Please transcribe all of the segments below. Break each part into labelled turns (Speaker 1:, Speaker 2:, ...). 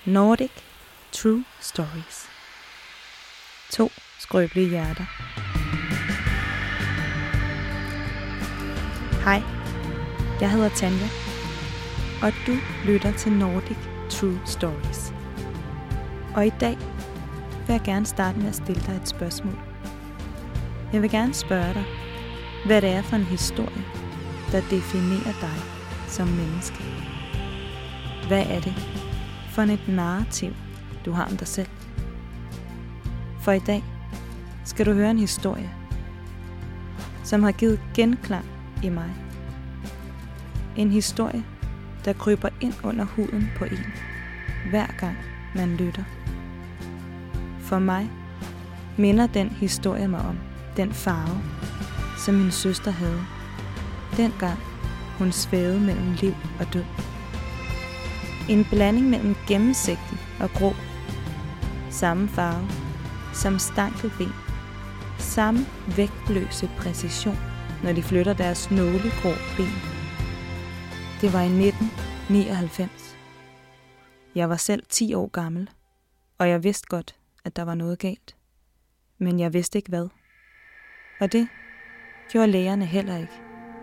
Speaker 1: Nordic True Stories. 2 skrøbelige hjerter. Hej, jeg hedder Tanja, og du lytter til Nordic True Stories. Og i dag vil jeg gerne starte med at stille dig et spørgsmål. Jeg vil gerne spørge dig, hvad det er for en historie, der definerer dig som menneske. Hvad er det for et narrativ, du har om dig selv? For i dag skal du høre en historie, som har givet genklang i mig. En historie, der kryber ind under huden på en, hver gang man lytter. For mig minder den historie mig om den farve, som min søster havde, dengang hun svævede mellem liv og død. En blanding mellem gennemsigtig og grå. Samme farve som stankelben. Samme vægtløse præcision, når de flytter deres nålegrå ben. Det var i 1999. Jeg var selv 10 år gammel, og jeg vidste godt, at der var noget galt. Men jeg vidste ikke hvad. Og det gjorde lægerne heller ikke.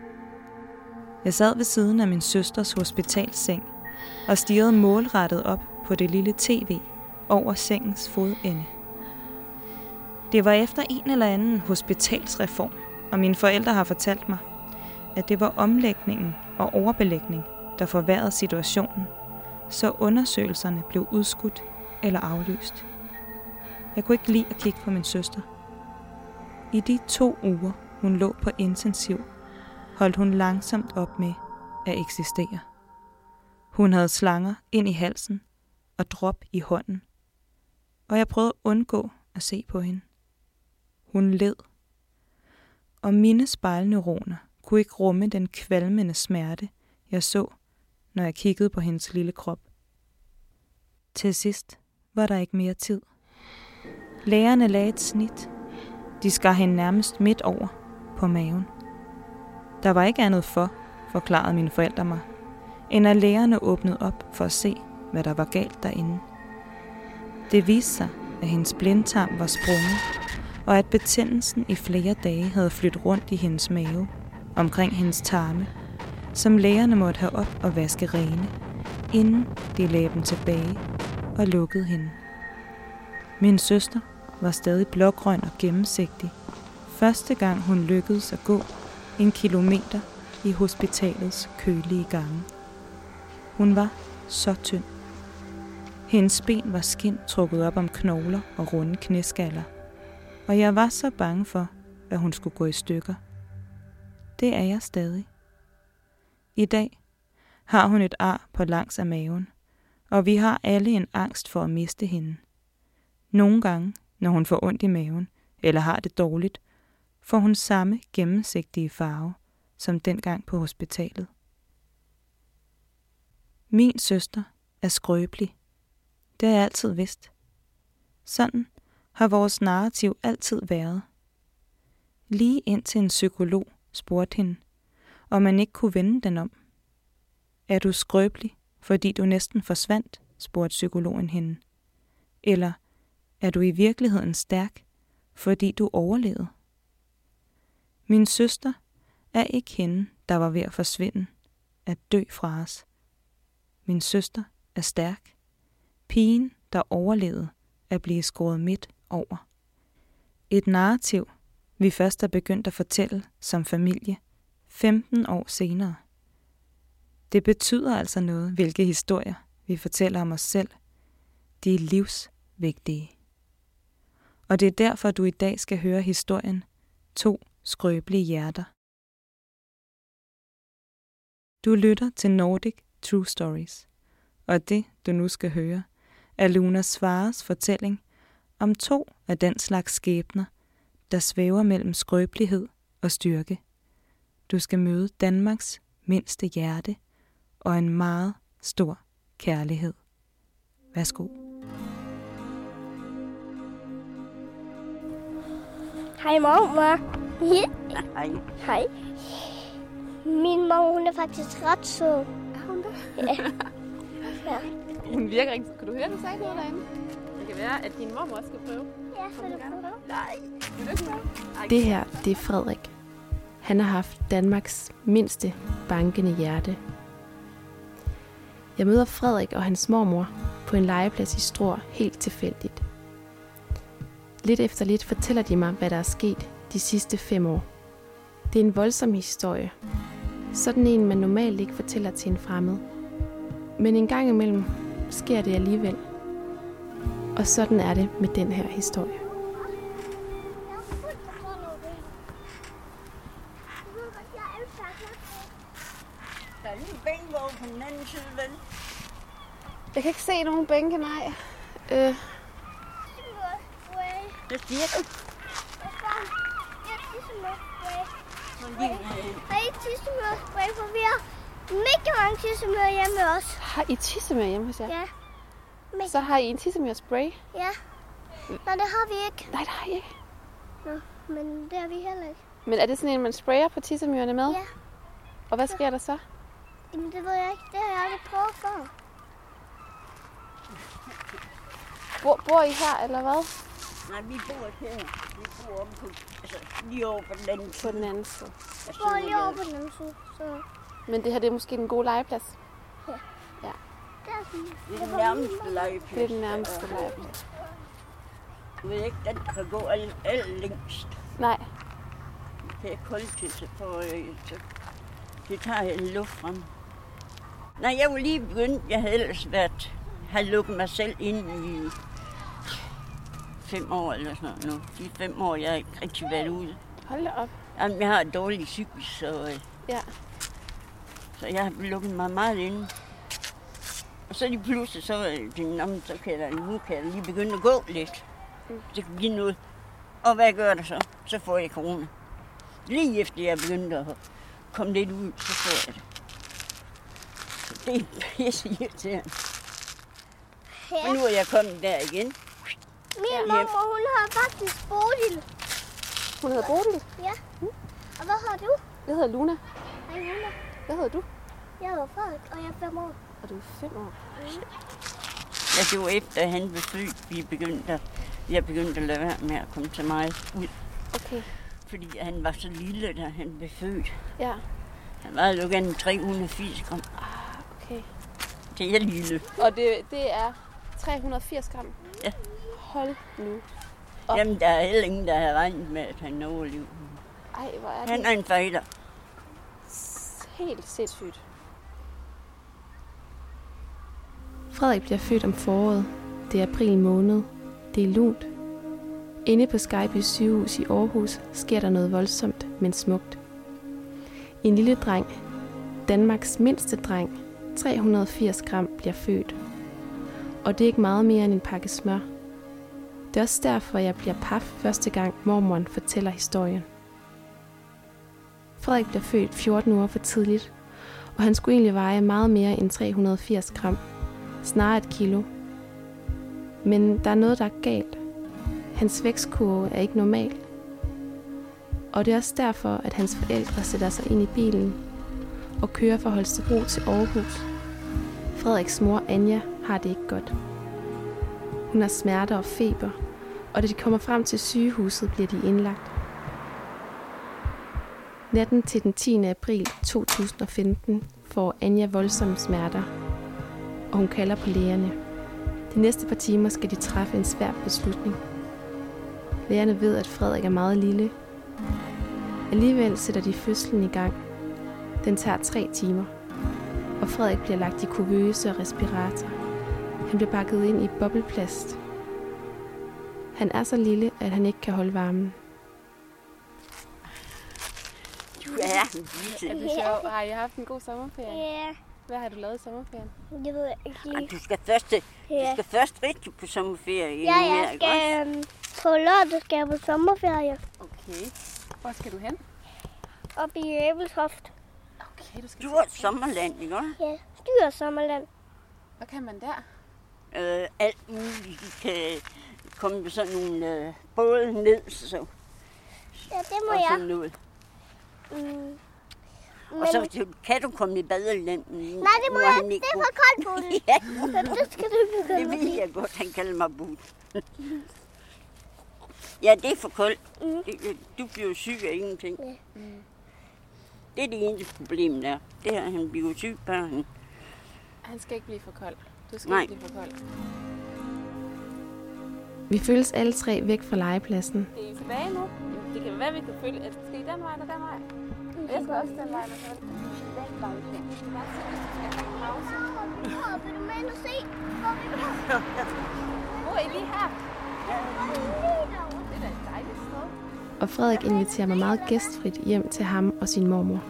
Speaker 1: Jeg sad ved siden af min søsters hospitalsseng og stirrede målrettet op på det lille tv over sengens fodende. Det var efter en eller anden hospitalsreform, og mine forældre har fortalt mig, at det var omlægningen og overbelægning, der forværrede situationen, så undersøgelserne blev udskudt eller aflyst. Jeg kunne ikke lide at kigge på min søster. I de 2 uger, hun lå på intensiv, holdt hun langsomt op med at eksistere. Hun havde slanger ind i halsen og drop i hånden, og jeg prøvede at undgå at se på hende. Hun led, og mine spejlneuroner kunne ikke rumme den kvalmende smerte, jeg så, når jeg kiggede på hendes lille krop. Til sidst var der ikke mere tid. Lægerne lagde et snit. De skar hende nærmest midt over på maven. Der var ikke andet for, forklarede mine forældre mig, end at lægerne åbnede op for at se, hvad der var galt derinde. Det viste sig, at hendes blindtarm var sprunget, og at betændelsen i flere dage havde flyttet rundt i hendes mave, omkring hendes tarme, som lægerne måtte have op og vaske rene, inden de lagde dem tilbage og lukkede hende. Min søster var stadig blågrøn og gennemsigtig, første gang hun lykkedes at gå 1 kilometer i hospitalets kølige gange. Hun var så tynd. Hendes ben var skind trukket op om knogler og runde knæskaller, og jeg var så bange for, at hun skulle gå i stykker. Det er jeg stadig. I dag har hun et ar på langs af maven, og vi har alle en angst for at miste hende. Nogle gange, når hun får ondt i maven eller har det dårligt, får hun samme gennemsigtige farve som dengang på hospitalet. Min søster er skrøbelig. Det har jeg altid vidst. Sådan har vores narrativ altid været. Lige indtil en psykolog spurgte hende, om man ikke kunne vende den om. Er du skrøbelig, fordi du næsten forsvandt, spurgte psykologen hende. Eller er du i virkeligheden stærk, fordi du overlevede? Min søster er ikke hende, der var ved at forsvinde, at dø fra os. Min søster er stærk. Pigen, der overlevede at blive skåret midt over. Et narrativ, vi først er begyndt at fortælle som familie 15 år senere. Det betyder altså noget, hvilke historier vi fortæller om os selv. De er livsvigtige. Og det er derfor, du i dag skal høre historien 2 skrøbelige hjerter. Du lytter til Nordic True Stories, og det, du nu skal høre, er Luna Svares fortælling om 2 af den slags skæbner, der svæver mellem skrøbelighed og styrke. Du skal møde Danmarks mindste hjerte og en meget stor kærlighed. Værsgo.
Speaker 2: Hej mor.
Speaker 3: Hej.
Speaker 2: Hej. Min mor, hun er faktisk ret sød.
Speaker 3: Er hun det?
Speaker 2: Ja. Ja.
Speaker 3: Hun virker ikke. Kan du høre, du sagde noget derinde? Det kan være, at din mormor skal prøve.
Speaker 2: Ja, så det prøve.
Speaker 3: Nej. Vil du ikke prøve?
Speaker 4: Det her, det er Frederik. Han har haft Danmarks mindste bankende hjerte. Jeg møder Frederik og hans mormor på en legeplads i Struer helt tilfældigt. Lidt efter lidt fortæller de mig, hvad der er sket de sidste 5 år. Det er en voldsom historie. Sådan en, man normalt ikke fortæller til en fremmed. Men en gang imellem sker det alligevel. Og sådan er det med den her historie.
Speaker 5: Der er lige en bænk over på den anden side, vel?
Speaker 3: Jeg kan ikke se nogen bænke, nej.
Speaker 5: Det siger du.
Speaker 2: Har I tissemørspray, for vi har mega mange tissemør hjemme med os.
Speaker 3: Har I tissemør hjemme hos jer?
Speaker 2: Ja.
Speaker 3: Så har I en tissemørspray?
Speaker 2: Ja. Nej, det har vi ikke.
Speaker 3: Nej, det har I ikke.
Speaker 2: Nå, men det har vi heller ikke.
Speaker 3: Men er det sådan en, man sprayer på tissemyrerne med?
Speaker 2: Ja.
Speaker 3: Og hvad sker der så?
Speaker 2: Jamen, det ved jeg ikke. Det har jeg aldrig prøvet før.
Speaker 3: Bor I her, eller hvad?
Speaker 5: Nej, vi bor ikke her. Vi bor om på, altså lige over på den anden side.
Speaker 3: På den anden side.
Speaker 2: Jeg bor lige over på den anden side, så...
Speaker 3: Men det her, det er måske en god legeplads.
Speaker 2: Det er sådan.
Speaker 5: Det er den nærmeste legeplads.
Speaker 3: Det er den nærmeste legeplads.
Speaker 5: Du ved ikke, den kan gå alt længst.
Speaker 3: Nej.
Speaker 5: Det kan jeg kolde til, så det tager jeg luft frem. Nej, jeg var lige begyndt. Jeg havde ellers have lukket mig selv ind i 5 år eller sådan noget. De 5 år, jeg har ikke rigtig været ude.
Speaker 3: Hold da op.
Speaker 5: Jamen, jeg har et dårligt psykisk, så jeg har lukket mig meget inde. Og så lige pludselig, så kan jeg lige begynde at gå lidt. Det kan give noget. Og hvad gør der så? Så får jeg corona. Lige efter jeg begyndte at komme lidt ud, så får jeg det. Så det er pisse irriterende.
Speaker 2: Ja.
Speaker 5: Og nu er jeg kommet der igen.
Speaker 2: Min mormor, hun har faktisk Bodil.
Speaker 3: Hun hedder Bodil.
Speaker 2: Ja. Og hvad har du?
Speaker 3: Jeg hedder Luna.
Speaker 2: Hej, Luna.
Speaker 3: Hvad hedder du?
Speaker 2: Jeg hedder Frederik, og jeg er 5 år.
Speaker 3: Og du er 5 år.
Speaker 5: Ja, det var efter, at han blev født, jeg begyndte at lade være med at komme så meget ud.
Speaker 3: Okay.
Speaker 5: Fordi han var så lille, da han blev født.
Speaker 3: Ja.
Speaker 5: Han var jo gerne 380 gram.
Speaker 3: Okay.
Speaker 5: Det er lille.
Speaker 3: Og det er 380 gram?
Speaker 5: Ja.
Speaker 3: Hold nu op.
Speaker 5: Jamen, der er heller ingen, der har regnet med, at han overlever.
Speaker 3: Ej, hvor er det
Speaker 5: Han er en fighter.
Speaker 3: helt sindssygt.
Speaker 4: Frederik bliver født om foråret. Det er april måned. Det er lunt. Inde på Skyby sygehus i Aarhus sker der noget voldsomt, men smukt. En lille dreng, Danmarks mindste dreng, 380 gram, bliver født. Og det er ikke meget mere end en pakke smør. Det er også derfor, jeg bliver paf første gang mormoren fortæller historien. Frederik bliver født 14 uger for tidligt, og han skulle egentlig veje meget mere end 380 gram. Snarere 1 kilo. Men der er noget, der er galt. Hans vægtkurve er ikke normal. Og det er også derfor, at hans forældre sætter sig ind i bilen og kører fra Holstebro til Aarhus. Frederiks mor Anja har det ikke godt. Hun har smerter og feber, og da de kommer frem til sygehuset, bliver de indlagt. Natten til den 10. april 2015 får Anja voldsomme smerter, og hun kalder på lægerne. De næste par timer skal de træffe en svær beslutning. Lægerne ved, at Frederik er meget lille. Alligevel sætter de fødslen i gang. Den tager 3 timer, og Frederik bliver lagt i kuvøse og respirator. Han bliver pakket ind i bobleplast. Han er så lille, at han ikke kan holde varmen.
Speaker 5: Du er en lille.
Speaker 3: Er det sjovt? Har I haft en god sommerferie?
Speaker 2: Ja.
Speaker 3: Hvad har du lavet i sommerferien?
Speaker 2: Det ved jeg ikke lige.
Speaker 5: Du skal først rigtig på sommerferie.
Speaker 2: Ja, jeg skal på lørdag skal jeg på sommerferie.
Speaker 3: Okay. Hvor skal du hen?
Speaker 2: Op i Æbeltoft.
Speaker 3: Okay, du skal
Speaker 5: Du er et sommerland, ikke også?
Speaker 2: Ja, Styr Sommerland.
Speaker 3: Hvad kan man der?
Speaker 5: Alt muligt. De kan komme med sådan nogle både ned, så.
Speaker 2: Ja, det må
Speaker 5: Og
Speaker 2: jeg.
Speaker 5: sådan noget. Og så kan du komme i badeland.
Speaker 2: Nej, det må jeg ikke. Det er for koldt, Bodil.
Speaker 5: Ja,
Speaker 2: Det skal du ikke gøre.
Speaker 5: det ved jeg godt, han kalder mig Bud. Ja, det er for koldt. Du bliver syg af ingenting.
Speaker 2: Ja.
Speaker 5: Det er det eneste problem der. Det er, at han bliver syg, børn.
Speaker 3: Han skal ikke blive for kold. Du skal
Speaker 5: Nej.
Speaker 3: ikke blive for kold.
Speaker 4: Vi følges alle tre væk fra legepladsen.
Speaker 3: Det er I tilbage nu. Det kan være, vi kan følge. Skal I den vej eller den vej? Jeg skal også den vej. Den vej.
Speaker 2: Vil du med ind og se, hvor vi er?
Speaker 3: Hvor er I lige her? Det er da et dejligt sted.
Speaker 4: Og Frederik inviterer mig meget gæstfrit hjem til ham og sin mormor.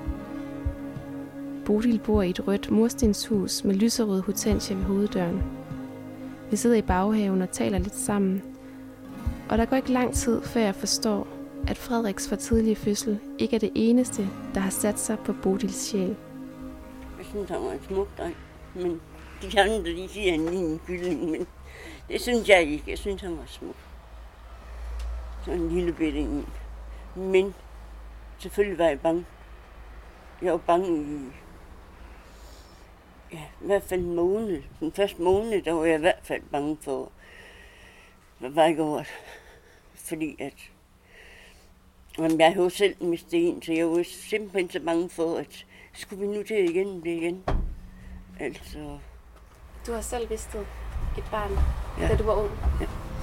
Speaker 4: Bodil bor i et rødt murstenshus med lyserød hortensia ved hoveddøren. Vi sidder i baghaven og taler lidt sammen. Og der går ikke lang tid, før jeg forstår, at Frederiks for tidlige fødsel ikke er det eneste, der har sat sig på Bodils sjæl.
Speaker 5: Jeg synes, han var en smuk dreng. Men de andre, de siger, han er en kylling. Men det synes jeg ikke. Jeg synes, han var smuk. Så en lille bitte en. Men selvfølgelig var jeg bange. Jeg var bange i hvert fald en måned. Den første måned, der var jeg i hvert fald bange for, hvad var ikke over. Fordi at jeg havde jo selv mistet en, så jeg var simpelthen så bange for, at skulle vi nu til det igen. Altså.
Speaker 4: Du har selv mistet et barn,
Speaker 5: Ja.
Speaker 4: da du var ung.
Speaker 5: Ja.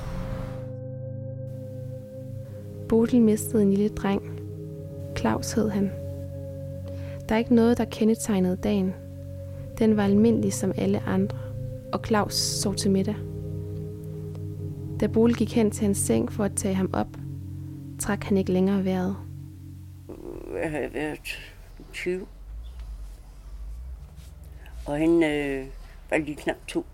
Speaker 4: Bodil mistede en lille dreng. Claus hed han. Der er ikke noget, der kendetegnede dagen. Den var almindelig som alle andre, og Claus sov til middag. Da Bodil gik hen til hans seng for at tage ham op, trak han ikke længere vejret.
Speaker 5: Jeg har været 20. Og han var lige knap 2.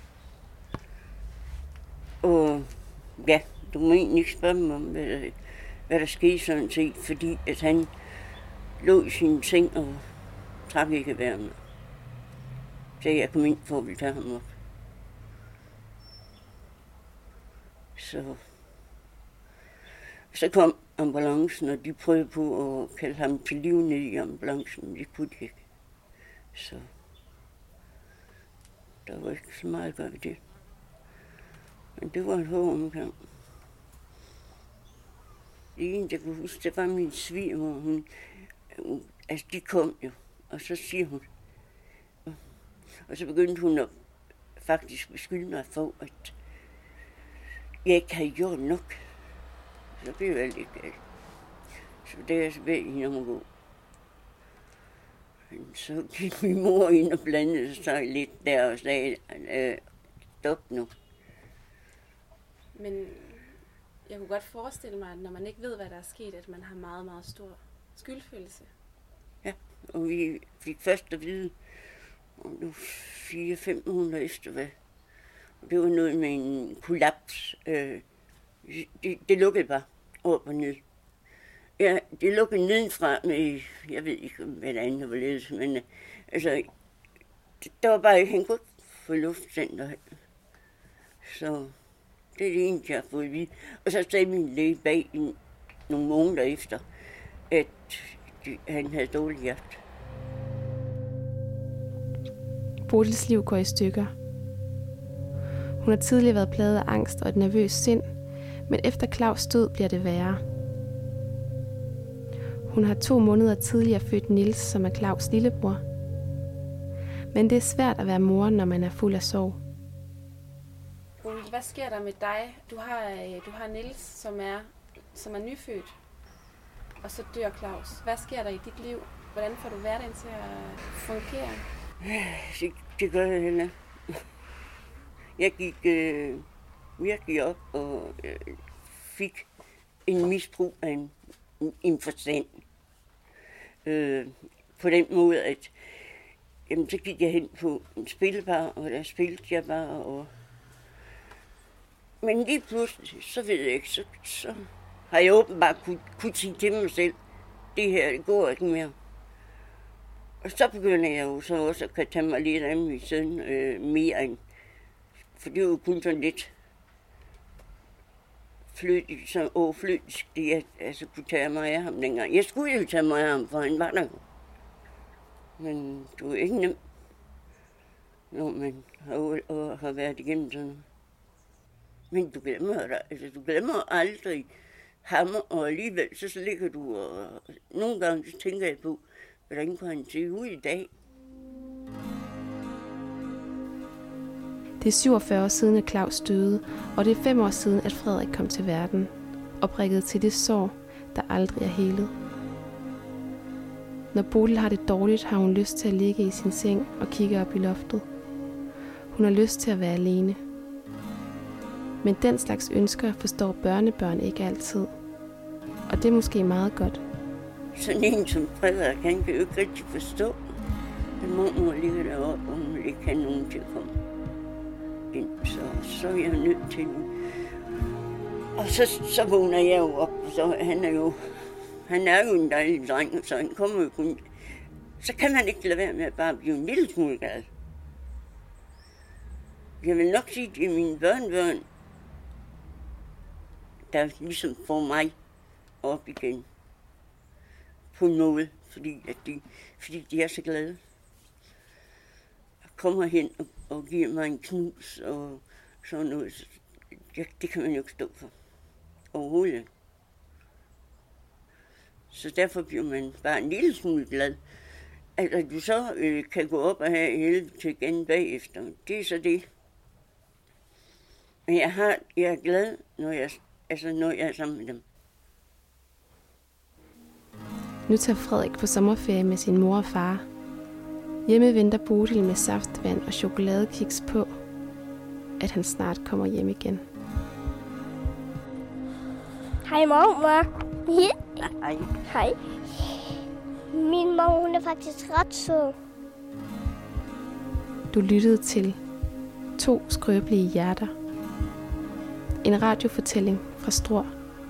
Speaker 5: Og ja, du må egentlig ikke spørge mig om, hvad der skete sådan set, fordi at han lå i sin seng og trak ikke vejret. Så jeg kom ind for at ville tage ham op. Så kom ambulancen, og de prøvede på at kalde ham til liv ned i ambulancen, men det kunne de ikke. Så der var ikke så meget at gøre ved det. Men det var en hård omgang. Det ene, jeg kunne huske, det var min svigermor. Altså, de kom jo, og så siger hun. Og så begyndte hun at faktisk beskylde mig for, at jeg ikke havde gjort nok. Så blev jeg lidt galt. Så det er jeg så ved hende om at gå. Så gik min mor ind og blandede sig lidt der og sagde, stop nu.
Speaker 3: Men jeg kunne godt forestille mig, at når man ikke ved, hvad der er sket, at man har meget, meget stor skyldfølelse.
Speaker 5: Ja, og vi fik først at vide, om nu 4-5 måneder efter, hvad. Og det var noget med en kollaps. Det lukkede bare op og ned. Ja, det lukkede nedenfra med, jeg ved ikke, hvad der andet var ledet, men altså, der var bare ikke, han kunne ikke få luftcenter. Så det er det eneste, jeg har fået at vide. Og så sagde min læge bag nogle måneder efter, at han havde dårlig hjerte.
Speaker 4: Bodils liv går i stykker. Hun har tidligere været plaget af angst og et nervøst sind, men efter Claus' død bliver det værre. Hun har 2 måneder tidligere født Niels, som er Claus' lillebror. Men det er svært at være mor, når man er fuld af sorg.
Speaker 3: Hvad sker der med dig? Du har Niels, som er nyfødt, og så dør Claus. Hvad sker der i dit liv? Hvordan får du hverdagen til at fungere?
Speaker 5: Det gør jeg heller. Jeg gik virkelig op og fik en misbrug af en forstand. På den måde, at jamen, så gik jeg hen på en spillebar, og der spillede jeg bare. Men lige pludselig, så ved jeg ikke, så har jeg åbenbart kunne sige til mig selv, det her, det går ikke mere. Og så begynder jeg jo så også at tage mig lidt af min søn mere end. For det var jo kun sådan lidt overflødigt, det jeg altså kunne tage mig af ham dengang. Jeg skulle jo tage mig af ham, for han var der. Men du er ikke nem, når man har været igennem sådan noget. Men du glemmer aldrig ham, og alligevel så ligger du, og nogle gange så tænker jeg på, hvordan kan han se ud i dag?
Speaker 4: Det er 47 år siden, at Claus døde, og det er 5 år siden, at Frederik kom til verden, og prikket til det sår, der aldrig er helet. Når Bodil har det dårligt, har hun lyst til at ligge i sin seng og kigge op i loftet. Hun har lyst til at være alene. Men den slags ønsker forstår børnebørn ikke altid. Og det er måske meget godt.
Speaker 5: Sådan en som Frederik, han kan jo ikke rigtig forstå, at mormor ligger deroppe, og hun ikke har nogen til at komme ind. Så er jeg nødt til det. Og så vågner jeg jo op, så han er jo en dejlig dreng, så han kommer jo kun. Så kan man ikke lade være med at bare blive en lille smule glad. Jeg vil nok sige, at det er mine børnebørn, der ligesom får mig op igen. På en måde, fordi de er så glade. Jeg kommer hen og giver mig en knus og sådan noget. Det kan man jo ikke stå for. Overhovedet. Så derfor bliver man bare en lille smule glad. At du så kan gå op og have helvede til igen bagefter. Det er så det. Men jeg er glad, når jeg er sammen med dem.
Speaker 4: Nu tager Frederik på sommerferie med sin mor og far. Hjemme venter Bodil med saftvand og chokoladekiks på, at han snart kommer hjem igen.
Speaker 2: Hej mormor.
Speaker 5: Hej.
Speaker 2: Hej. Min mor, hun er faktisk ret sød.
Speaker 4: Du lyttede til 2 skrøbelige hjerter. En radiofortælling fra Struer.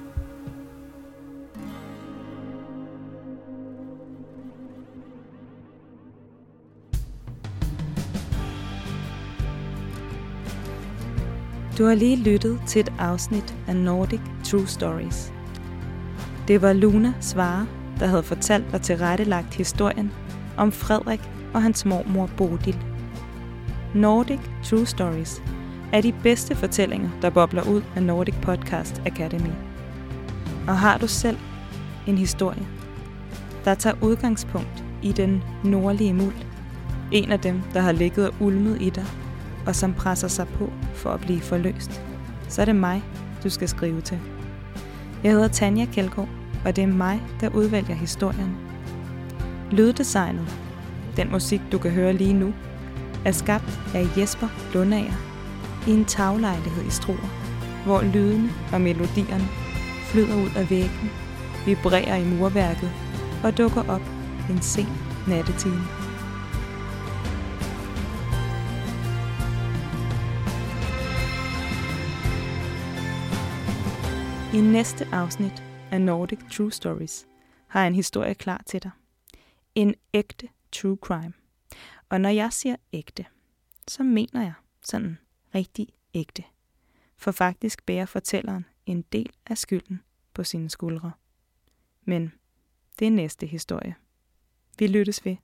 Speaker 1: Du har lige lyttet til et afsnit af Nordic True Stories. Det var Luna Svare, der havde fortalt og tilrettelagt historien om Frederik og hans mormor Bodil. Nordic True Stories er de bedste fortællinger, der bobler ud af Nordic Podcast Academy. Og har du selv en historie, der tager udgangspunkt i den nordlige muld, en af dem, der har ligget og ulmet i dig, og som presser sig på for at blive forløst, så er det mig, du skal skrive til. Jeg hedder Tanja Kjeldgaard, og det er mig, der udvælger historien. Lyddesignet, den musik, du kan høre lige nu, er skabt af Jesper Lundager i en taglejlighed i Struer, hvor lydene og melodierne flyder ud af væggen, vibrerer i murværket og dukker op en sen nattetime. I næste afsnit af Nordic True Stories har jeg en historie klar til dig. En ægte true crime. Og når jeg siger ægte, så mener jeg sådan rigtig ægte. For faktisk bærer fortælleren en del af skylden på sine skuldre. Men det er næste historie. Vi lyttes ved.